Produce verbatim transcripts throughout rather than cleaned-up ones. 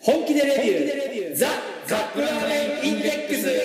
本気でレビューザ・カップラーメンインデックス。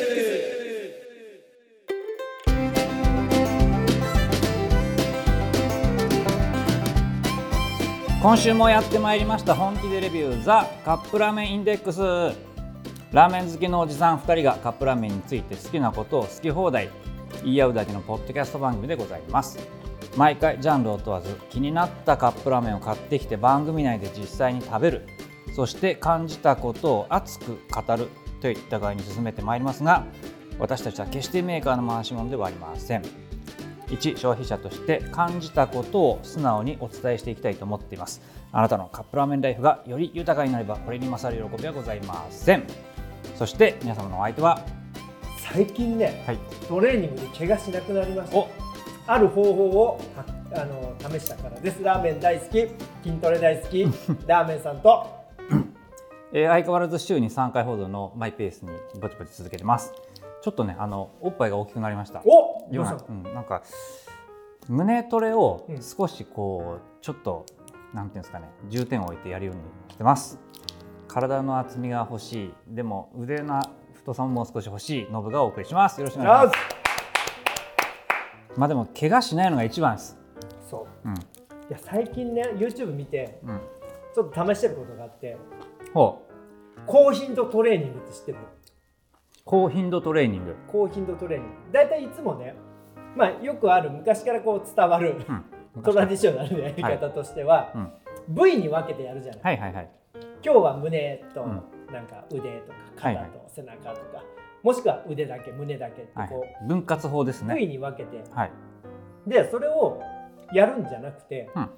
今週もやってまいりました本気でレビューザ・カップラーメンインデックス。ラーメン好きのおじさんふたりがカップラーメンについて好きなことを好き放題言い合うだけのポッドキャスト番組でございます。毎回ジャンルを問わず気になったカップラーメンを買ってきて番組内で実際に食べる、そして感じたことを熱く語るといった具合に進めてまいりますが、私たちは決してメーカーの回し物ではありません。一消費者として感じたことを素直にお伝えしていきたいと思っています。あなたのカップラーメンライフがより豊かになればこれに勝る喜びはございません。そして皆様のお相手は、 最近ね、はい、トレーニングで怪我しなくなりました。 おある方法をあの試したからです。ラーメン大好き、筋トレ大好きラーメンさんとえー、相変わらず週にさんかいほどのマイペースにぼちぼち続けてます。ちょっとね、あのおっぱいが大きくなりました。 おどうしたの？うん、なんか胸トレを少しこう、うん、ちょっとなんていうんですかね、重点を置いてやるようにしてます。体の厚みが欲しい、でも腕の太さももう少し欲しいノブがお送りします。よろしくお願いします。まあでも怪我しないのが一番です。 そう、 うん、いや最近ね YouTube 見て、うん、ちょっと試してることがあって、 ほう高頻度トレーニングって知ってる？ 高頻度トレーニング高頻度トレーニングだいたいいつもね、まあ、よくある昔からこう伝わる、うん、トラディショナルなやり方としては、はい、うん、部位に分けてやるじゃない、 はいはいはい、 今日は胸となんか腕とか肩と背中とか、はいはい、もしくは腕だけ胸だけってこう、はい、 分割法ですね。 部位に分けて、 はい、 でそれをやるんじゃなくて、うん、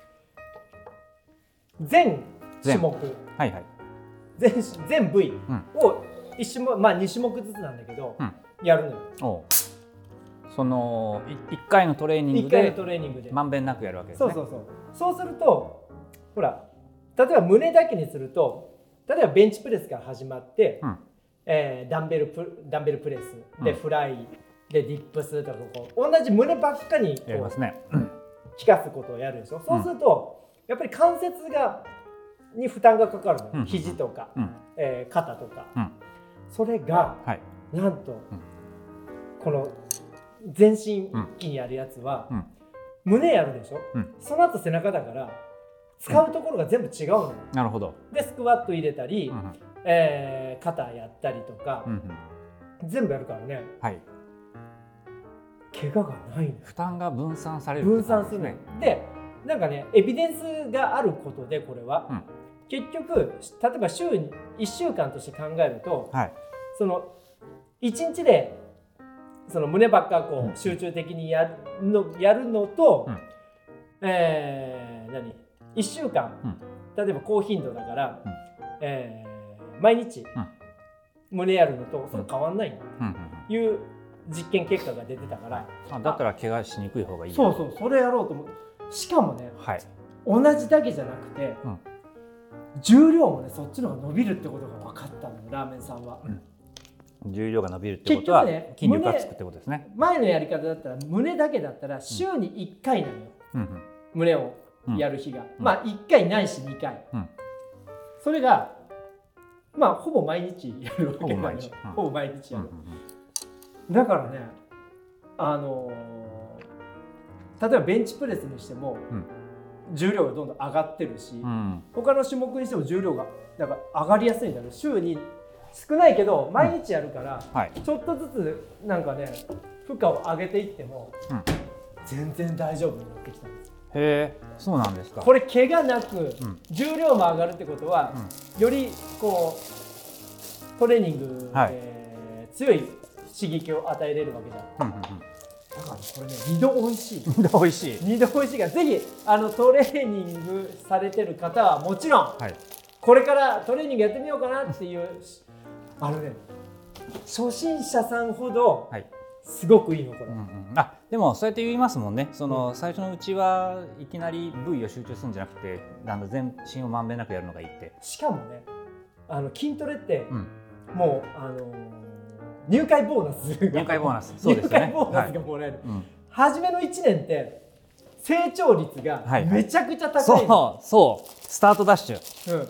全種目、 はいはい、 全, 全部位をいち種目、まあ、に種目ずつなんだけど、うん、やるのよ。 おそのいっかいのトレーニングでまんべんなくやるわけですね。 そうそうそう。そうするとほら、例えば胸だけにすると、例えばベンチプレスから始まって、うん、えー、ダンベルプダンベルプレスでフライ、うん、でディップスとかこう同じ胸ばっかにこうやりますね。 効かすことをやるでしょ。そうすると、うん、やっぱり関節がに負担がかかるのよ、うん、肘とか、うん、えー、肩とか、うん、それが、はい、なんと、うん、この全身一気にやるやつは、うん、胸やるでしょ、うん、その後背中だから使うところが全部違うのよ、 うん、なるほど。 でスクワット入れたり、うん、えー、肩やったりとか、うんうん、全部やるからね、はい、怪我がないの。 負担が分散される、 分散するね。でなんかね、エビデンスがあることでこれは、うん、結局例えば週にいっしゅうかんとして考えると、はい、そのいちにちでその胸ばっかこう、うん、集中的にやる の, やるのと、うん、えー、何いっしゅうかん、うん、例えば高頻度だから、うん、えー、毎日、うん、胸やるのとそれ変わんないんだという実験結果が出てたから、 あだったら怪我しにくい方がいい。 そうそう、それやろうと思う。しかもね、はい、同じだけじゃなくて、うん、重量もねそっちの方が伸びるってことが分かったのよ、ラーメンさんは。うん、重量が伸びるってことは、ね、筋力がつくってことですね。 前のやり方だったら胸だけだったら週にいっかいなのよ、うん、胸をやる日が、うん、まあいっかいないしにかい、うん、それがまあほぼ毎日やるわけなのよ。ほぼ毎日やる、うん、だからね、あのー、例えばベンチプレスにしても、うん、重量がどんどん上がってるし、うん、他の種目にしても重量がなんか上がりやすいんだよ。週に少ないけど毎日やるから、うん、はい、ちょっとずつなんかね負荷を上げていっても、うん、全然大丈夫になってきたんです。 へえ、そうなんですか。 これ怪我なく、うん、重量も上がるってことは、うん、よりこうトレーニングで、はい、強い刺激を与えれるわけじゃん、うんうんうん、だからこれね二度おいしい二度おいしい二度おいしいから、ぜひあのトレーニングされてる方はもちろん、はい、これからトレーニングやってみようかなっていうあのね、初心者さんほどすごくいいのこれ、うんうん、 あでもそうやって言いますもんね。その、うん、最初のうちはいきなり部位を集中するんじゃなくて、あの全身をまんべんなくやるのがいいって。 しかもね、あの筋トレって、うん、もうあのー、入会ボーナスが入会ボーナスそうですね、 入会ボーナスがもらえる、はい、うん、初めのいちねんって成長率がめちゃくちゃ高い、 はいはい、そうそうスタートダッシュ、 うん、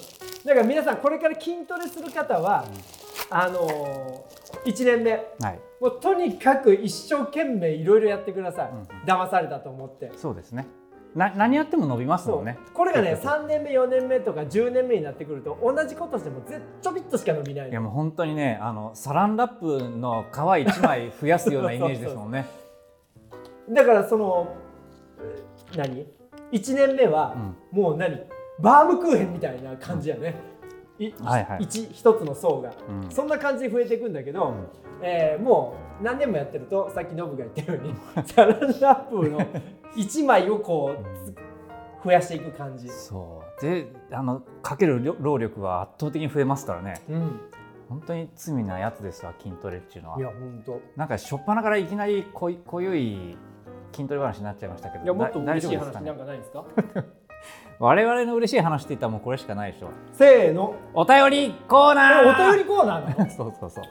だから皆さんこれから筋トレする方は、うん、あのー、いちねんめ、はい、もうとにかく一生懸命いろいろやってください、うんうん、騙されたと思って。 そうですね。な何やっても伸びますもんね。 これがねさんねんめよねんめとかじゅうねんめになってくると同じことしてもぜちょびっとしか伸びない。 いやもう本当にね、あのサランラップの皮いちまい増やすようなイメージですもんね。 だからその何いちねんめはもう何バームクーヘンみたいな感じやね、うん、い、はいはい、一, 一つの層が、うん、そんな感じで増えていくんだけど、うん、えー、もう何年もやってるとさっきノブが言ったようにサランラップのいちまいをこう、うん、増やしていく感じ。 そうで、あのかける労力は圧倒的に増えますからね、うん、本当に罪なやつですわ筋トレっていうのは。 いや本当なんか初っ端からいきなり濃い濃い筋トレ話になっちゃいましたけど、 いやもっと嬉しい話なんかないですか？ 我々の嬉しい話って言ったらもうこれしかないでしょ。 せーの、 お便りコーナー。 お便りコーナーなの？ そうそうそう。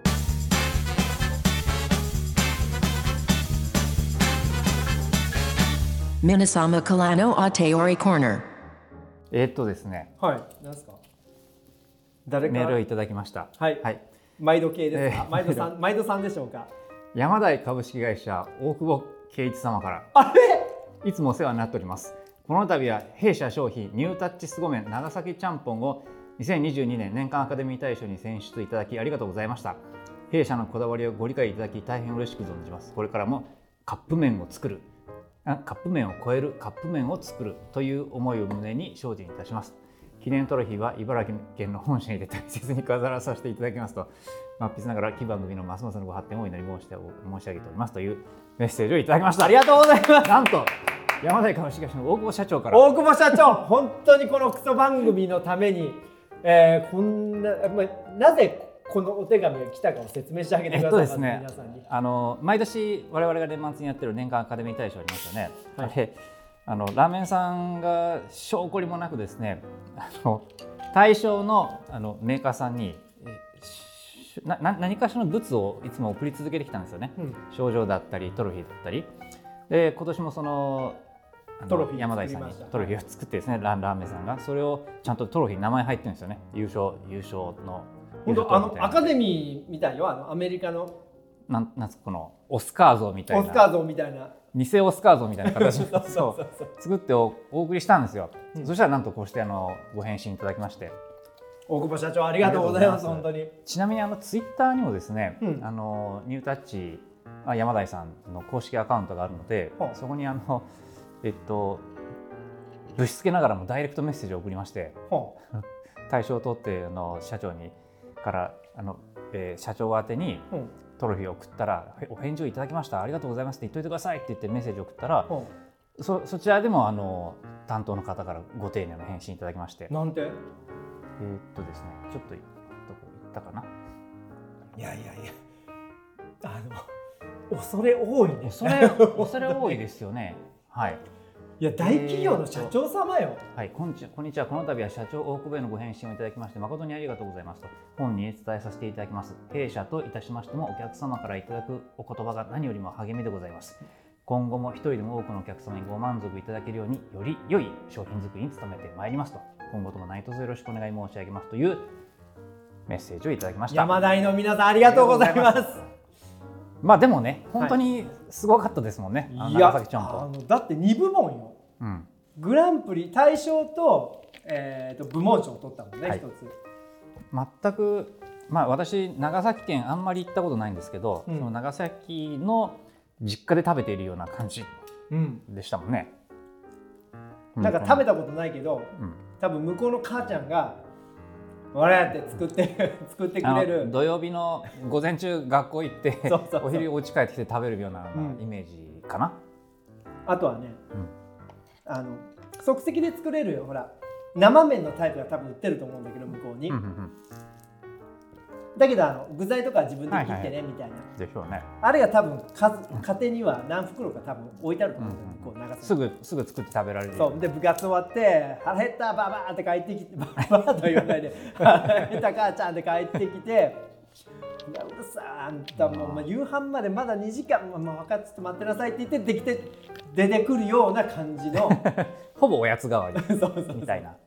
皆様からのお便りコーナー。 えー、っとですね。 はい。何ですか？ 誰かメールをいただきました。 はい。はい、毎度系ですか？えー、毎度さん、毎度さんでしょうか？ 山台株式会社大久保圭一様から。 あれ？ いつもお世話になっております。この度は弊社商品ニュータッチ凄麺長崎ちゃんぽんをにせんにじゅうにねん年間アカデミー大賞に選出いただきありがとうございました。弊社のこだわりをご理解いただき大変嬉しく存じます。これからもカップ麺を作る、カップ麺を超えるカップ麺を作るという思いを胸に精進いたします。記念トロフィーは茨城県の本社にて大切に飾らさせていただきますと、まあ、筆ながら木番組のますますのご発展をお祈り申し申し上げておりますというメッセージをいただきました。 ありがとうございます。 なんと山台株式会社の大久保社長から。 大久保社長、本当にこのクソ番組のために、えー、こんな、まあ、なぜこのお手紙が来たかを説明してあげてください。 えっとですね、皆さんに。あの毎年我々が年末にやってる年間アカデミー大賞ありますよね。はい、あれあのラーメンさんが証拠りもなくですね、あの大賞のあのメーカーさんになな何かしらの物をいつも送り続けてきたんですよね。うん、賞状だったりトロフィーだったりで、今年もそのトロフィー山台さんにトロフィーを作ってですね、ラーメンさんがそれをちゃんとトロフィーに名前入ってるんですよね。優勝優勝の本当あのアカデミーみたいよ、あのアメリカのなんなんこのオスカー像みたいな、 オスカー像みたいな偽オスカー像みたいな形で作ってお送りしたんですよ。うん、そしたらなんとこうしてあのご返信いただきまして、 大久保社長ありがとうございます。本当に。 ちなみにあのツイッターにもですね、うん、あのニュータッチ山台さんの公式アカウントがあるので、はあ、そこにあのえっとぶしつけながらもダイレクトメッセージを送りまして、はあ、大賞を取ってあの社長にからあの、えー、社長宛てにトロフィーを送ったら、うん、お返事をいただきました、ありがとうございますって言っといてくださいって言ってメッセージを送ったら、はあ、そ, そちらでもあの担当の方からご丁寧な返信いただきまして。 なんて？えー、っとですね、ちょっとどこ行ったかな。 いやいやいや、あの恐れ多いね。 恐れ恐れ多いですよね。はい。 いや大企業の社長様よ。 はい、こんにちは。こんにちは。この度は社長大久保へのご返信をいただきまして誠にありがとうございますと本に伝えさせていただきます。弊社といたしましてもお客様からいただくお言葉が何よりも励みでございます。今後も一人でも多くのお客様にご満足いただけるようにより良い商品作りに努めてまいりますと、今後とも何卒よろしくお願い申し上げますというメッセージをいただきました。 山台の皆さんありがとうございます。 まあでもね、本当にすごかったですもんね。 はい、いやあのだってにぶもんよ。うん、グランプリ大賞と、えー、と部門賞を取ったもんね、はい、一つ。 全く、まあ、私長崎県あんまり行ったことないんですけど、うん、その長崎の実家で食べているような感じでしたもんね。 うん、なんか食べたことないけど、うん、多分向こうの母ちゃんがわらって作って作ってくれる。 土曜日の午前中学校行ってそうそうそうお昼お家帰ってきて食べるようなイメージかな。 うん、あとはね、うん、あの即席で作れるよ。ほら生麺のタイプが多分売ってると思うんだけど向こうに。うんうんうん、だけどあの具材とか自分で切ってね、はいはい、みたいな。 でしょうね。 あれが多分数家庭には何袋か多分置いてあると思うんだよ、うんうん、こう長崎。 すぐすぐ作って食べられる。 そうで部活終わって腹減ったババーって帰ってきてババーと言わないで腹減った母ちゃんって帰ってきて、いやうるさあんたもう、まあ、夕飯までまだにじかん、まあ、分かっちょっと待ってなさいって言ってできて出てくるような感じのほぼおやつ代わりみたいな。 い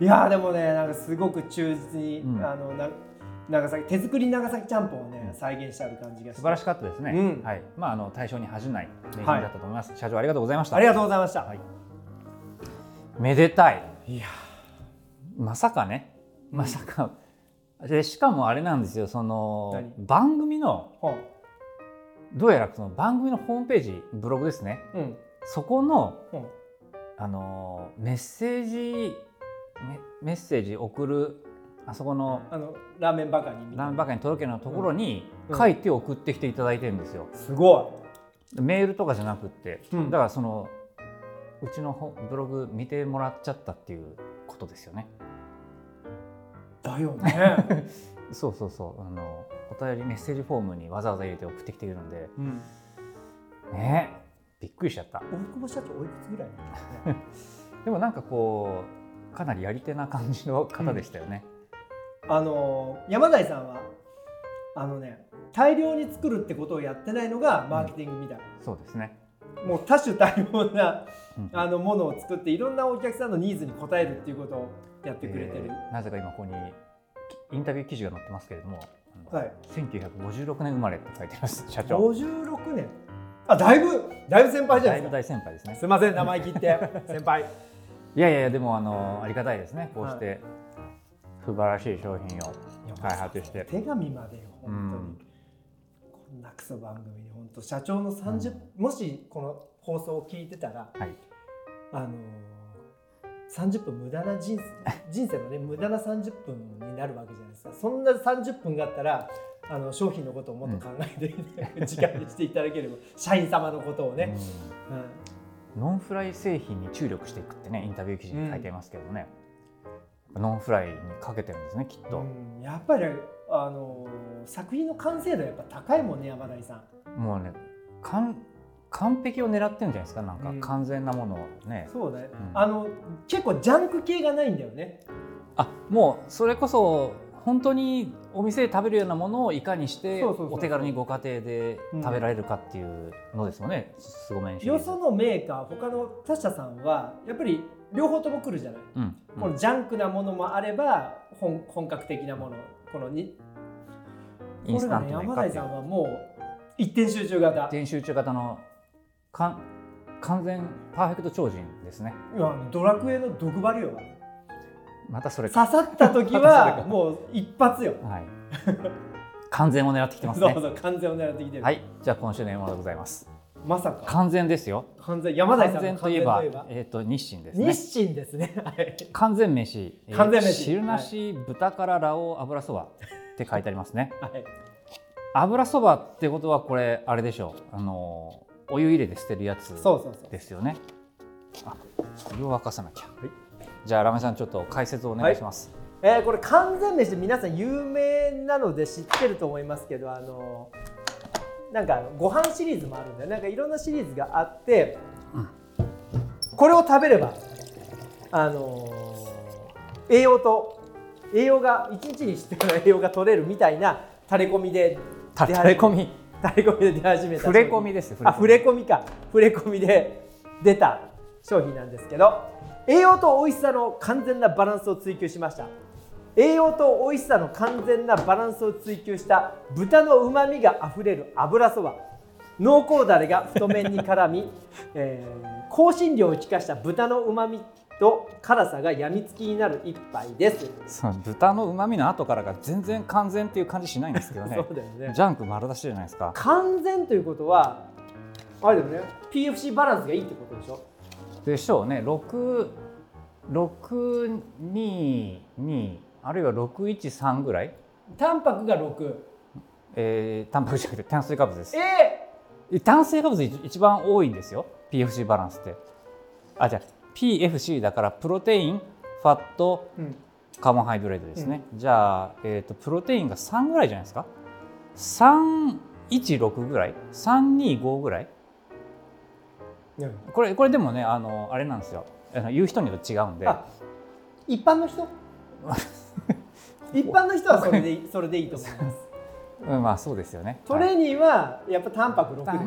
いやでもねなんかすごく忠実に、うん、あのな長崎手作り長崎ちゃんぽんをね、うん、再現してある感じがして素晴らしかったですね、うん、はい。まああの対象に恥じない名品だったと思います、はい、社長ありがとうございました。 ありがとうございました、はい、 めでたい。 いやまさかねまさか、うん、でしかもあれなんですよその番組の、うん、どうやらその番組のホームページブログですね、うん、そこの、うん、あのメッセージメ、メッセージ送るあそこのあのラーメンバカにラーメンバカに届けのところに書いて送ってきていただいてるんですよ、 うん、すごい。メールとかじゃなくって、うん、だからそのうちのブログ見てもらっちゃったっていうことですよね。 だよねそうそうそうあのお便りメッセージフォームにわざわざ入れて送ってきてるので、うん、ねびっくりしちゃった。 大久保社長おいくつぐらいなんですかねでもなんかこうかなりやり手な感じの方でしたよね、 うん、あの山台さんはあのね大量に作るってことをやってないのがマーケティングみたいな、 うん、そうですね。 もう多種多様な、うん、あのものを作っていろんなお客さんのニーズに応えるっていうことをやってくれてる、 えー、なぜか今ここにインタビュー記事が載ってますけれども、はい、せんきゅうひゃくごじゅうろくねん生まれって書いてます社長。 ごじゅうろくねんあだいぶだいぶ先輩じゃないですか。 だいぶ大先輩ですね。 すいません名前切って先輩いやいやでもあのありがたいですねこうして、はい、素晴らしい商品を開発して手紙までよ本当に、うん、こんなクソ番組に本当社長のさんじゅう、うん、もしこの放送を聞いてたら、はい、あのさんじゅっぷん無駄な人生人生のね無駄なさんじゅっぷんになるわけじゃないですか。そんなさんじゅっぷんがあったらあの商品のことをもっと考えて、うん、時間にしていただければ社員様のことをね、 うんうん、ノンフライ製品に注力していくってねインタビュー記事に書いていますけどね、うん、ノンフライにかけてるんですねきっと、 うん、やっぱりあの作品の完成度やっぱ高いもんね山台さん。もうねかん完璧を狙ってるんじゃないですか。なんか完全なものをね、 うん、そうね、うん、あの結構ジャンク系がないんだよね。 あもうそれこそ本当にお店で食べるようなものをいかにしてお手軽にご家庭で食べられるかっていうのですよね、うん、すごめんシリーズ。 よそのメーカー他の他社さんはやっぱり両方とも来るじゃない、うんうん、このジャンクなものもあれば 本, 本格的なものこのにインスタントの山台さんはもう一点集中型一点集中型のか完全パーフェクト超人ですね。 いやドラクエの毒針よ。 またそれ刺さった時はもう一発よ、はい、 完全を狙ってきてますね。 そうそう完全を狙ってきてる。 はい、じゃあ今週の獲物でございます。 まさか完全ですよ。 完全山台さん完全といえばえっ、ー、と日清ですね。 日清ですね。はい、 完全飯。 完全飯。 汁なし豚からラオウ油そばって書いてありますね。はい、油そばってことはこれあれでしょう。あのお湯入れて捨てるやつですよね。あ、お湯を沸かさなきゃ。はい、じゃあラメさんちょっと解説をお願いします。 はい、えー、これ完全飯皆さん有名なので知ってると思いますけど、あのなんかご飯シリーズもあるんで、なんかいろんなシリーズがあって、うん、これを食べればあのー、栄養と栄養がいちにちに必要な栄養が取れるみたいな垂れ込みで垂れ込み垂れ込みで出始めた触れ込みです。 あ、触れ込みか触れ込みで出た商品なんですけど、栄養と美味しさの完全なバランスを追求しました。栄養と美味しさの完全なバランスを追求した豚の旨味があふれる油そば、濃厚だれが太麺に絡み、えー、香辛料を生かした豚の旨味と辛さがやみつきになる一杯です。 そう豚の旨味の後からが全然完全っていう感じしないんですけどね。 そうだよね。 ジャンク丸出しじゃないですか。 完全ということはあれだよね、 ピーエフシー バランスがいいってことでしょ。 でしょうね。ろく、ろく、に、にあるいはろくいちさんぐらい。 タンパクがろく、 えー、タンパクじゃなくて炭水化物です。 えー、炭水化物一番多いんですよ ピーエフシー バランスって。あ、じゃあ ピーエフシー だからプロテイン、ファット、うん、カーボンハイドレートですね、うん、じゃあ、えーと、プロテインがさんぐらいじゃないですか。さんいちろくぐらい、さんにごぐらい、うん、これこれでもね、あのあれなんですよ、言う人によって違うんで。 あ、一般の人一般の人はそれでそれでいいと思います。 うん、まあそうですよね。 トレーニーはやっぱタンパクろくです。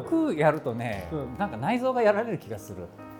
さすがにねろくやるとね、うん、なんか内臓がやられる気がする。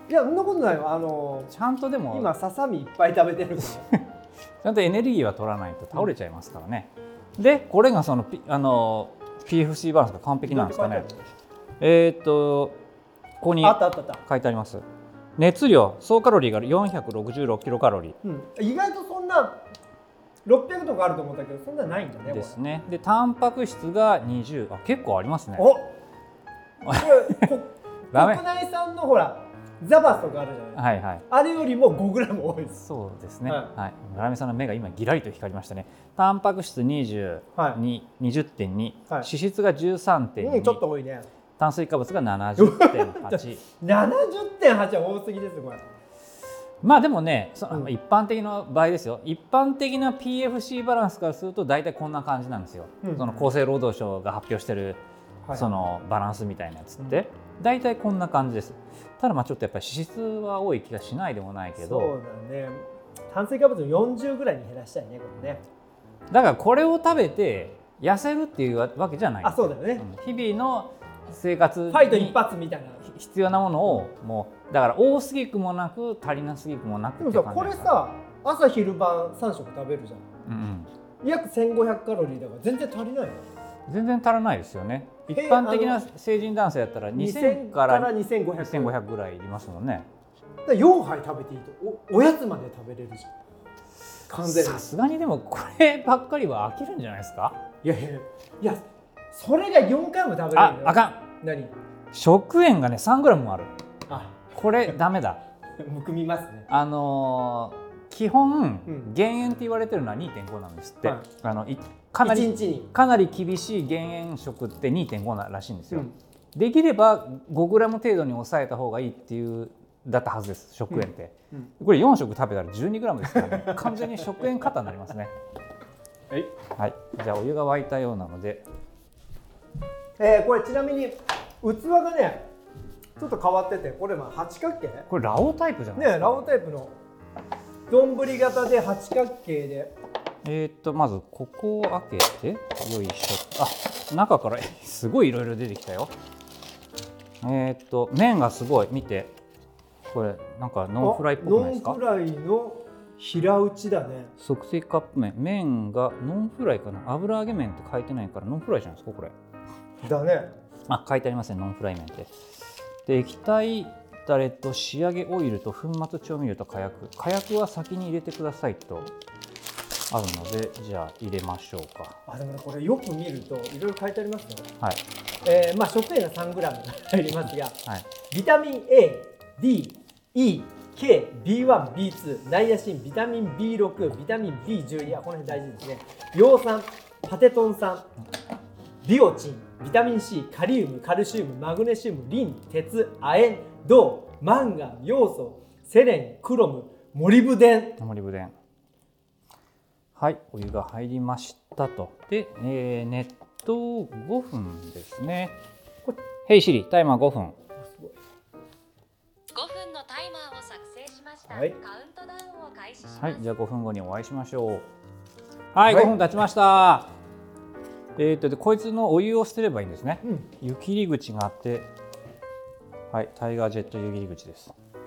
いやそんなことないよ。あのちゃんとでも今ささみいっぱい食べてるからちゃんとエネルギーは取らないと倒れちゃいますからね、うん、でこれがその P, あの ピーエフシー バランスが完璧なんですかね。えー、っとここに書いてあります。熱量総カロリーがよんひゃくろくじゅうろくキロカロリー、 うん、意外とそんなろっぴゃくとかあると思ったけどそんなないんだね。 ですね。でタンパク質がにじゅう、あ結構ありますね。 おこれこ国内産のほらザバスとかあるじゃない、はいはい、あれよりも ごグラム 多いです。 そうですね、はいはい、ラーメンさんの目が今ギラリと光りましたね。タンパク質にじゅう、はい、にじゅってんに、はい、脂質が じゅうさんてんに、 うん、ちょっと多いね。 炭水化物が ななじゅってんはちななじゅってんはちは多すぎですこれ。 まあでもねそ、 うん、 一般的な場合ですよ。一般的な ピーエフシー バランスからすると大体こんな感じなんですよ、うん、その厚生労働省が発表してるそのバランスみたいなやつって、はい、大体こんな感じです。ただまあちょっとやっぱり脂質は多い気がしないでもないけど、 そうだね。炭水化物をよんじゅうぐらいに減らしたいねこれね。 だからこれを食べて痩せるっていうわけじゃない。 あそうだよね、 うん、日々の生活にファイト一発みたいな必要なものをもうだから多すぎくもなく足りなすぎくもなくって感じ。でもさこれさ朝昼晩さん食食べるじゃん、うんうん、約せんごひゃくカロリーだから全然足りないよ。 全然足らないですよね。一般的な成人男性だったらにせんからにせんごひゃくぐらいいりますもんね。 だからよんはい食べていいと お, おやつまで食べれるじゃん完全に。 さすがにでもこればっかりは飽きるんじゃないですか。 いやいやいやそれがよんかいも食べれるのよ。 ああかん。 何食塩がね さんグラム もある。 あこれダメだむくみますね。 あのー、基本、うん、減塩って言われてるのは にてんご なんですって、はい、あのいかなりいちにちにかなり厳しい減塩食って にてんご ならしいんですよ、うん、できれば ごグラム 程度に抑えた方がいいっていうだったはずです食塩って、うんうん、これよん食食べたら じゅうにグラム ですからね完全に食塩過多になりますねはい、はい、じゃあお湯が沸いたようなので、 えー、これちなみに器がねちょっと変わっててこれは八角形。 これラオタイプじゃないですか。 ねラオタイプの丼型で八角形で。 えー、っとまずここを開けてよいしょ。あ中からすごいいろいろ出てきたよ。えー、っと麺がすごい見てこれなんかノンフライっぽくないですか。 ノンフライの平打ちだね。 即席カップ麺麺がノンフライかな。油揚げ麺って書いてないからノンフライじゃないですかこれ。 だね。 あ書いてありませんノンフライ麺って。で液体タレと仕上げオイルと粉末調味料と火薬火薬は先に入れてくださいとあるのでじゃあ入れましょうか。 あでも、ね、これよく見るといろいろ書いてありますよ。 はい。 えー、まあ食塩が さんグラム 入りますが、はい、ビタミン A、D、E、K、ビーワン、ビーツー、ナイアシン、ビタミン ビーシックス、ビタミン ビーじゅうに、あこの辺大事ですね。葉酸、パテトン酸、ビオチン、ビタミン C、カリウム、カルシウム、マグネシウム、リン、鉄、亜鉛、銅、マンガン、ヨウ素、セレン、クロム、モリブデン。 モリブデン。はい、お湯が入りましたと。で、えー、熱湯ごふんですね。ヘイシリ、タイマーごふん。 ごふんのタイマーを作成しました。 はい、 カウントダウンを開始します。 はい、じゃあごふんごにお会いしましょう。はい、はい、ごふん経ちました。えー、とでこいつのお湯を捨てればいいんですね、うん、湯切り口があって、はい、タイガージェット湯切り口です。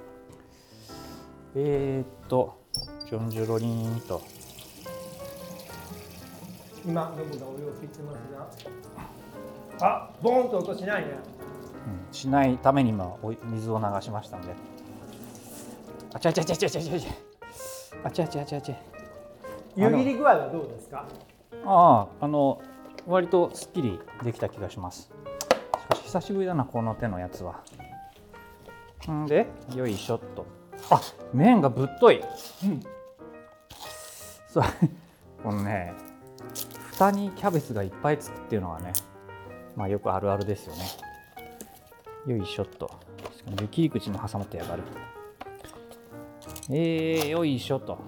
えー、っとジョンジュロリンと今ノブがお湯を切ってますが、あボーンと音しないね、 うん、しないために今お水を流しましたので、あちゃちゃちゃちゃちゃちゃちゃあちゃちゃちゃちゃ湯切り具合はどうですか。 あああの割とすっきりできた気がします。しかし久しぶりだなこの手のやつは。んでよいしょっと。あ麺がぶっとい、うん、そうこのね蓋にキャベツがいっぱいつくっていうのはねまあよくあるあるですよね。よいしょっと湯切り口に挟まってやがる。えー、よいしょと。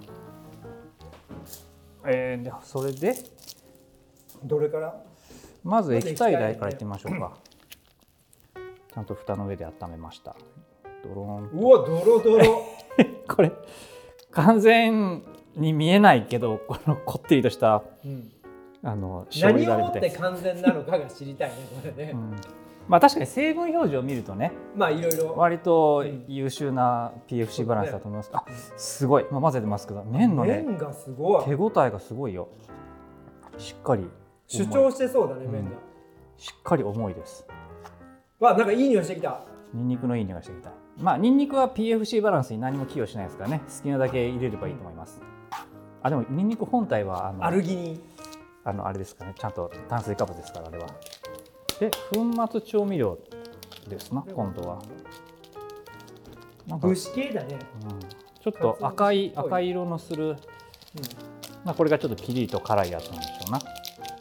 えー、でそれでどれからまず液体台からいってみましょうか。ちゃんと蓋の上で温めました。ドローン。 うわドロドロこれ完全に見えないけどこのこってりとした、うん、あの何をもって完全なのかが知りたいねこれね、 うん、 まあ確かに成分表示を見るとね、 まあいろいろ割と優秀な ピーエフシー バランスだと思います。あ、すごい、まあ、混ぜてますけど、麺のね、 麺がすごい手応えがすごいよ。しっかり主張してそうだね、麺が、 うん、しっかり重いです。 わ、なんかいい匂いしてきた。 ニンニクのいい匂いがしてきた。まあニンニクは ピーエフシー バランスに何も寄与しないですからね、好きなだけ入れればいいと思います。あ、でもニンニク本体はあのアルギニン、 あのあれですかね、ちゃんと炭水化物ですからあれは。で粉末調味料ですな、今度は。なんか武士系だね、 うん、ちょっと赤い赤い色のする、うん、まあこれがちょっとピリリと辛いやつなんでしょうな。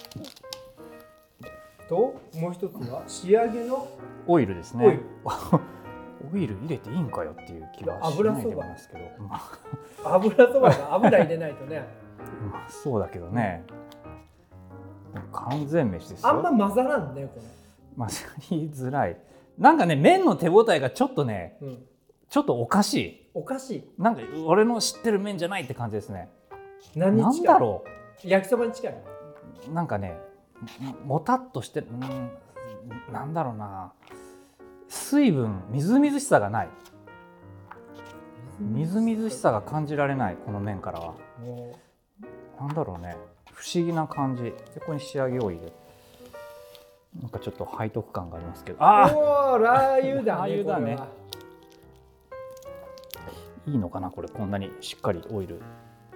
ともう一つは仕上げのオイルですね。 オイルオイル入れていいんかよっていう気はしないでもないですけど、 油そばが油入れないとねまあそうだけどね、完全飯ですよ。 あんま混ざらんねこれ。 混ざりづらい。なんかね、麺の手応えがちょっとね、うん、ちょっとおかしい。 おかしい。 なんか俺の知ってる麺じゃないって感じですね。 何に近い？ なんだろう。焼きそばに近い。 なんかね、もたっとしてる、うん、なんだろうな。水分、みずみずしさがない。みずみずしさが感じられない、この麺からは。なんだろうね、不思議な感じで、ここに仕上げを入れる。なんかちょっと背徳感がありますけど、 ああ、ラー油だね。 ラー油だね。いいのかな、これ、こんなにしっかりオイル。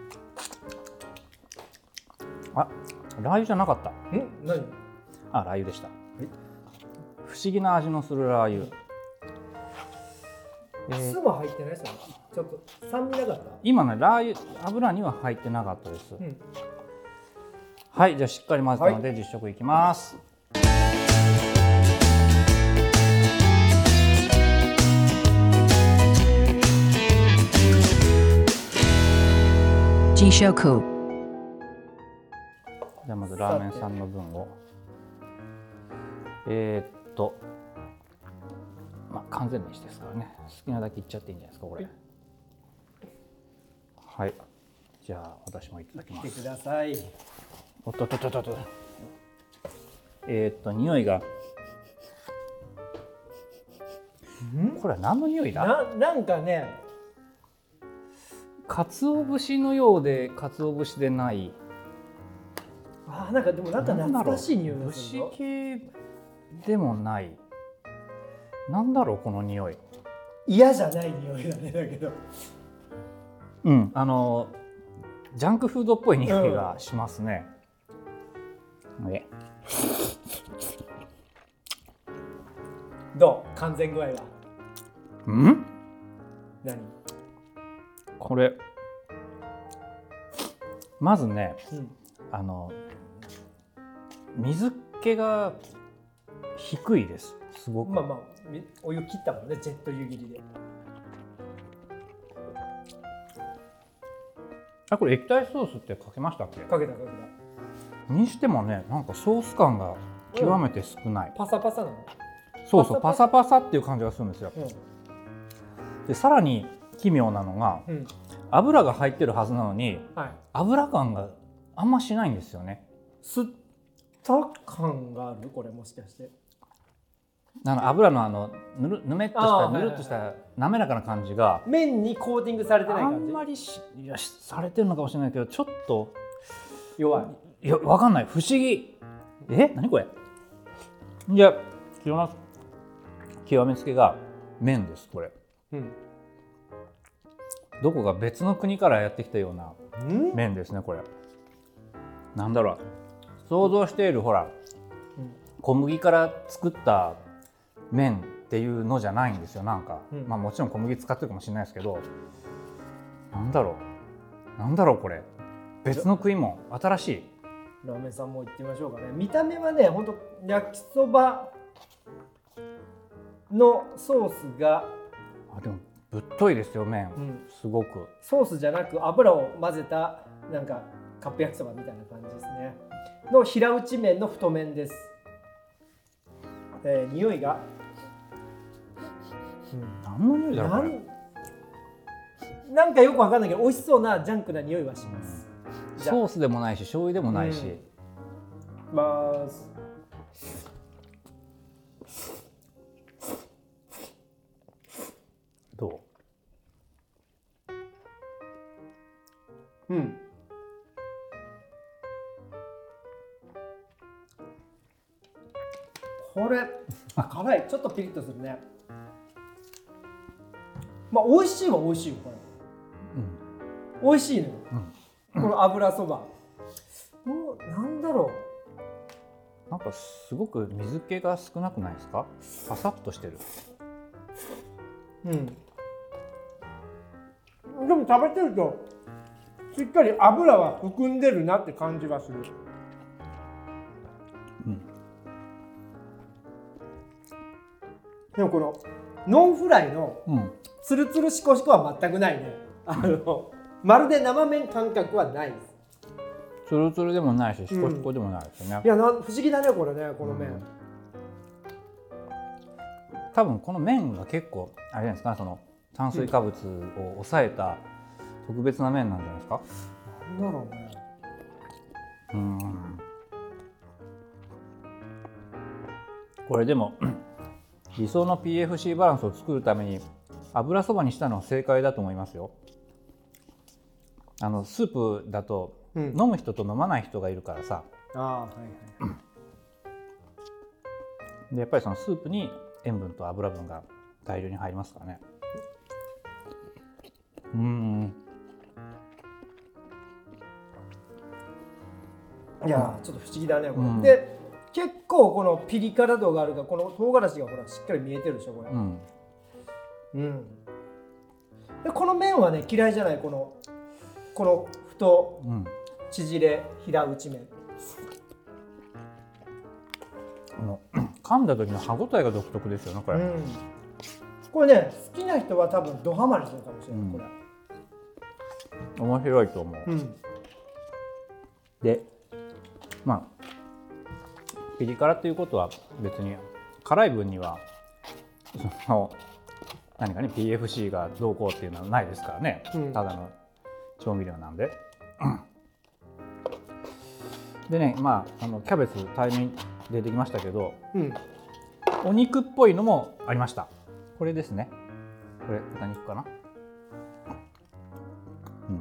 あ、ラー油じゃなかった。 ん、何？ あ、ラー油でした。不思議な味のするラー油。 酢も入ってないですよね。ちょっと酸味なかった。 今ね、ラー油油には入ってなかったです。うん、はい、じゃあしっかり混ぜたので実食いきます。 実食。 じゃあまずラーメンさんの分を。えー、っと、まあ完全飯ですからね。好きなだけいっちゃっていいんじゃないですかこれ。はい。じゃあ私もいただきます。 いってください。 おっとっとっとっとっと。えー、っと匂いが。ん？これは何の匂いだ？ な、なんかね。 鰹節のようで鰹節でない。 あー、なんかでもなんか懐かしい匂いがするよ。 節系でもない。なんだろうこの匂い。 嫌じゃない匂いだね、だけど。 うん、あのジャンクフードっぽい匂いがしますね。うん、えどう？完全具合は。 うん？ 何？ これまずね、 うん、あの水気が低いです。すごく。 まあまあお湯切ったもんね、ジェット湯切りで。 あ、これ液体ソースってかけましたっけ？ かけたかけた。にしてもね、なんかソース感が極めて少ない。 うん、パサパサなの？ そうそう、パサパサっていう感じがするんですよ。うん、でさらに奇妙なのが、うん、油が入ってるはずなのに、はい、油感があんましないんですよね。 吸った感がある？これもしかして。 あの油のあのぬるぬめっとしたぬるっとした滑らかな感じが麺にコーティングされてない感じ。 あんまりしいやされてるのかもしれないけど、ちょっと弱い。 いや、わかんない。不思議。え、何これ？いや、極めつけが麺ですこれ。うん、どこか別の国からやってきたような麺ですねこれ。なんだろう、想像しているほら、うん、小麦から作った麺っていうのじゃないんですよ。なんか、うん、まあもちろん小麦使ってるかもしれないですけど、なんだろうなんだろうこれ、別の食い物、新しい。 ラーメンさんも行ってみましょうかね。見た目はね、ほんと焼きそばのソースが、 あ、でもぶっといですよ麺、うん、すごく。 ソースじゃなく油を混ぜたなんかカップ焼きそばみたいな感じですね。の平打ち麺の太麺です。えー、匂いが、 うん、何の匂いだろうこれ。 なんかよくわかんないけど美味しそうなジャンクな匂いはします。 うん、ソースでもないし醤油でもないし。 うん、まあこれ辛い、ちょっとピリッとするね。まあ美味しいは美味しいよこれ、うん、美味しいのよ、うん、この油そばもうなんだろう、なんかすごく水気が少なくないですか？パサッとしてる。 うんでも食べてるとしっかり油は含んでるなって感じがする。うん、でもこのノンフライのツルツルシコシコは全くないね。あのまるで生麺感覚はないです。 ツルツルでもないしシコシコでもないですよね、 うん、いやなん不思議だねこれね、この麺、うん、 多分この麺が結構あれじゃないですか、その炭水化物を抑えた特別な麺なんじゃないですか。 なんだろうね。うん。 これでも理想の ピーエフシー バランスを作るために油そばにしたのは正解だと思いますよ。あのスープだと飲む人と飲まない人がいるからさ。うん、ああはいはい。でやっぱりそのスープに塩分と油分が大量に入りますからね。うん。 いやちょっと不思議だねこれ、うん、で結構このピリ辛度があるがこの唐辛子がほらしっかり見えてるでしょこれ、うんうん、でこの麺はね嫌いじゃない、このこの太縮れ平打ち麺、 うん、の噛んだ時の歯ごたえが独特ですよねこれ、うん、 これね好きな人は多分ドハマりするかもしれない、うん、これ面白いと思う、うん、でまあピリ辛ということは別に辛い分にはその何かね ピーエフシー がどうこうっていうのはないですからね、うん、ただの調味料なんででね、まああのキャベツ大量に出てきましたけど、うん、お肉っぽいのもありました。これですね、これ豚肉かな、うん、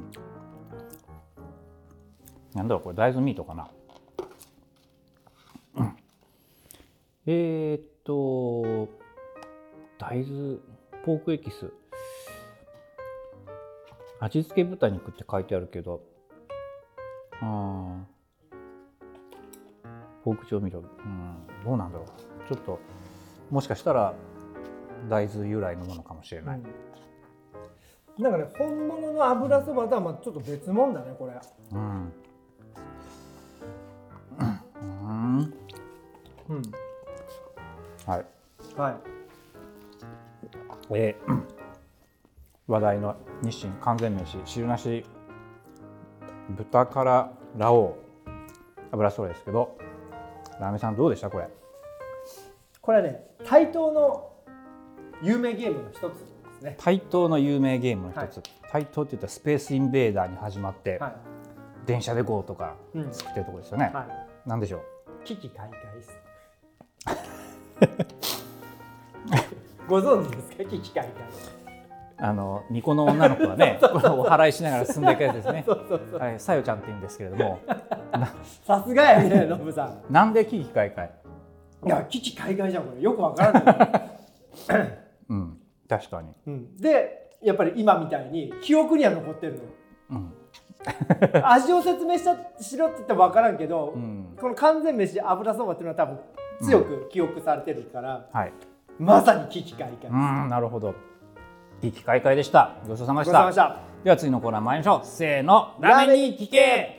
なんだろうこれ大豆ミートかな、うん、えー、っと大豆ポークエキス味付け豚肉って書いてあるけど、あポーク調味料、うん、どうなんだろう、ちょっともしかしたら大豆由来のものかもしれない、 うん、なんかね本物の油そばとはまあちょっと別物だねこれ、うんうんうん、はいはいえー、話題の日清完全飯汁なし豚辛ラオウ油そばですけど、ラーメンさんどうでしたこれ？ これはね台東の有名ゲームの一つですね。 台東の有名ゲームの一つ、はい、台東って言ったらスペースインベーダーに始まって、はい、電車で ゴー とか作ってるところですよね、うんはい、なんでしょう？ 危機開会ですご存知ですか？危機開会。 あの巫女の女の子はねお祓いしながら進んでいくやつですね。はい、さよちゃんって言うんですけれどもさすがやねノブさん。 なんで危機開会？ いや危機開会じゃんこれよくわからない、 うん、確かに、 うん、でやっぱり今みたいに記憶には残ってるのよ、うん、味を説明したしろって言ってもわからんけど、うん、この完全飯油そばっていうのは多分強く記憶されてるから、うんはい、まさに危機開会です。 うんなるほど、危機開会でした。ごちそうさまでした。したでは次のコーナー参りましょう。せーの、ラーメンに聞け。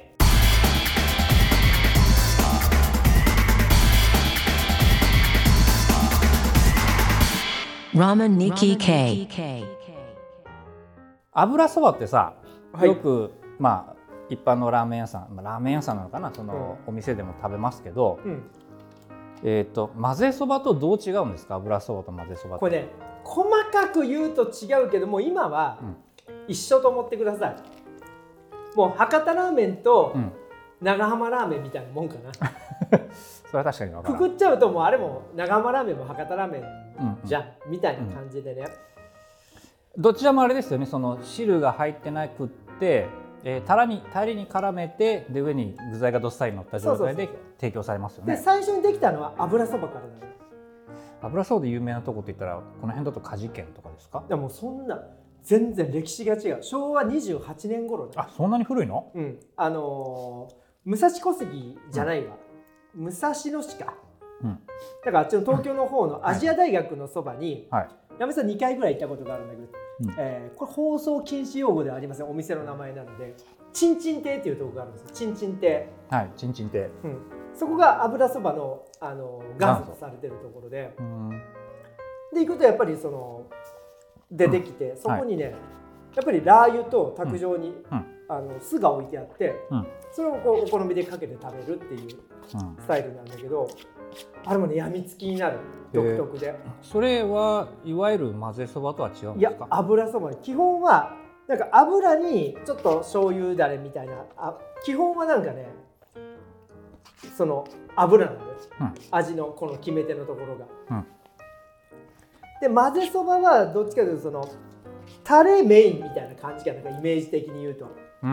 ラーメンに聞け。 油そばってさ、はい、よくまあ一般のラーメン屋さん、まあ、ラーメン屋さんなのかな、その、うん、お店でも食べますけど、うん、えっと混ぜそばとどう違うんですか？油そばと混ぜそばって。 これね、細かく言うと違うけども今は一緒と思ってください、うん、もう博多ラーメンと長浜ラーメンみたいなもんかなそれは確かに分からん。 くくっちゃうともうあれも長浜ラーメンも博多ラーメンじゃん、うん、みたいな感じでね、 うん、どちらもあれですよね、その汁が入ってなくって、えー、タラにタレに絡めてで上に具材がどっさり乗った状態で提供されますよね。 で最初にできたのは油そばからだね。 油そばで有名なとこって言ったらこの辺だと梶県とかですか？ いやもうそんな全然歴史が違う。しょうわにじゅうはちねん頃ね。 あ、そんなに古いの？ うん、あのー、武蔵小杉じゃないわ、うん、武蔵野市か、うん、だからあっちの東京の方のアジア大学のそばに、はい、山さんにかいぐらい行ったことがあるんだけど、うん、えー、これ放送禁止用語ではありません。お店の名前なのでチンチン亭っていうところがあるんですよ。チンチン亭、 はい、チンチン亭、 うん、そこが油そばの、あの元祖とされてるところで、うん、で行くとやっぱりその出てきて、うん、そこにね、はい、やっぱりラー油と卓上に、うん、あの酢が置いてあって、うん、それをこうお好みでかけて食べるっていうスタイルなんだけど、あれもねやみつきになる、独特で。 それはいわゆる混ぜそばとは違うんですか？ いや、油そば、基本はなんか油にちょっと醤油だれみたいな、あ、基本はなんかねその油なんだよ、うん、味のこの決め手のところが、うん、で混ぜそばはどっちかというとそのタレメインみたいな感じかな、イメージ的に言うと。 うん、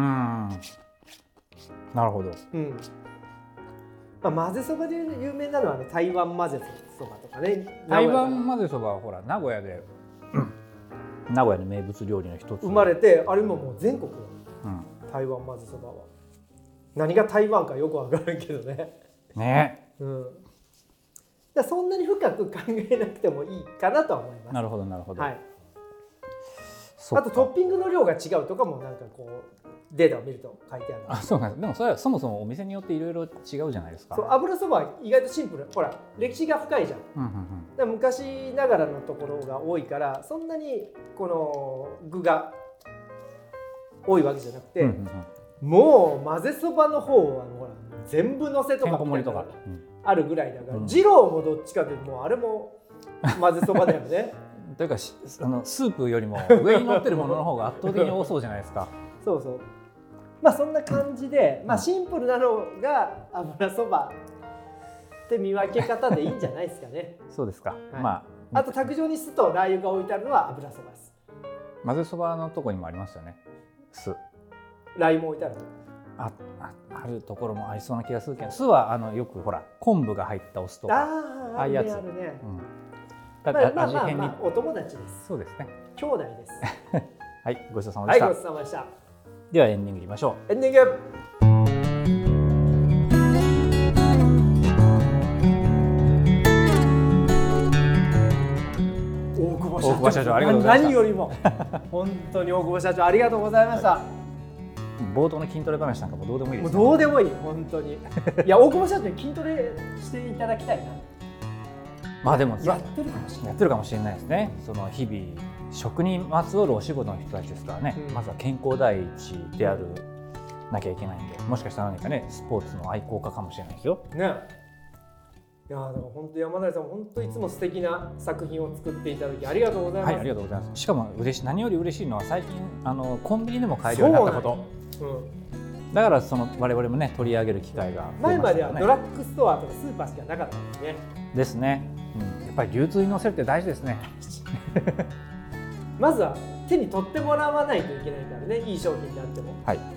なるほど。 うん、まあ、混ぜそばで有名なのはあの台湾混ぜそばとかね。 台湾混ぜそばはほら名古屋で、うん、名古屋の名物料理の一つ生まれて、あれももう全国の、うん、台湾混ぜそばは何が台湾かよくわからんけどね。 ね、 うん、だそんなに深く考えなくてもいいかなとは思います。 なるほどなるほど。 はい、あとトッピングの量が違うとかもなんかこうデータを見ると書いてある。 あ、そうなんです。でもそれはそもそもお店によっていろいろ違うじゃないですか。 そう、油そばは意外とシンプル。ほら歴史が深いじゃん。うんうんうん、だから昔ながらのところが多いからそんなにこの具が多いわけじゃなくて、うんうんうん、もう混ぜそばの方はほら全部のせとかみたいなあるぐらいだから、うん、二郎もどっちかというともうあれも混ぜそばだよね。 というかあのスープよりも上に乗ってるものの方が圧倒的に多そうじゃないですか。 そうそう。まあそんな感じで、まあ、シンプルなのが油そばって見分け方でいいんじゃないですかね。 そうですか。 はい、 まあ、あと卓上に酢とラー油が置いてあるのは油そばです。 混ぜそばのとこにもありますよね。酢。 ラー油も置いてある。 あ、あ、あるところもありそうな気がするけど、酢はあのよくほら昆布が入ったお酢とか、 ああ、 ああいうやつ。 あるね。うん、 だからまあまあまあお友達です。 そうですね。 兄弟です。 はい、ごちそうさまでした。 はい、ごちそうさまでした。 ではエンディングいきましょう。エンディング。大久保社長、 大久保社長ありがとうございました。 何よりも本当に大久保社長ありがとうございました。 冒頭の筋トレ話なんかもどうでもいいです、ね。 もうどうでもいい本当に。いや大久保社長に筋トレしていただきたいな。 まあでもやってるかもしれない。 やってるかもしれないですね。その日々食にまつわるお仕事の人たちですからね、うん、まずは健康第一であるなきゃいけないんで、もしかしたら何かねスポーツの愛好家かもしれないですよ。ね。いやだから本当山田さん本当いつも素敵な作品を作っていただきありがとうございます。はい、ありがとうございます。しかも嬉しい、何より嬉しいのは最近あのコンビニでも買えるようになったこと。う、うん、だからその我々もね取り上げる機会が増えましたね。前まではドラッグストアとかスーパーしかなかったんですね。ですね。うん、やっぱり流通に乗せるって大事ですね。まずは手に取ってもらわないといけないからね、いい商品であっても。はい。はい、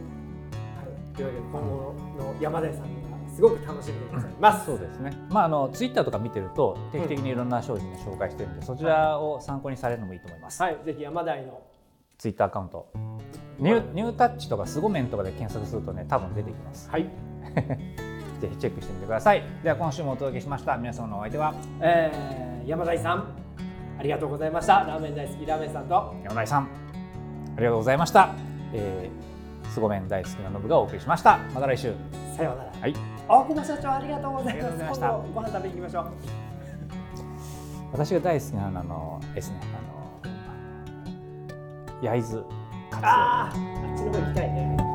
というわけで今後の山田さんがすごく楽しみでございます。そうですね。まああのツイッターとか見てると定期的にいろんな商品を紹介してるんで、うん、そちらを参考にされるのもいいと思います。はい、ぜひ山田のツイッターアカウント、ニュー、ニュータッチとかスゴメンとかで検索するとね、多分出てきます。はい。ぜひチェックしてみてください。では今週もお届けしました皆様のお相手は、えー、山田さんありがとうございました。ラーメン大好きラーメンさんと山田さんありがとうございました。えー、スゴメン大好きなノブがお送りしました。また来週。さようなら。はい。大久保社長ありがとうございました。今度ご飯食べに行きましょう。私が大好きなあのですね、あの焼津カツオ。ああ、あっちの方行きたいね。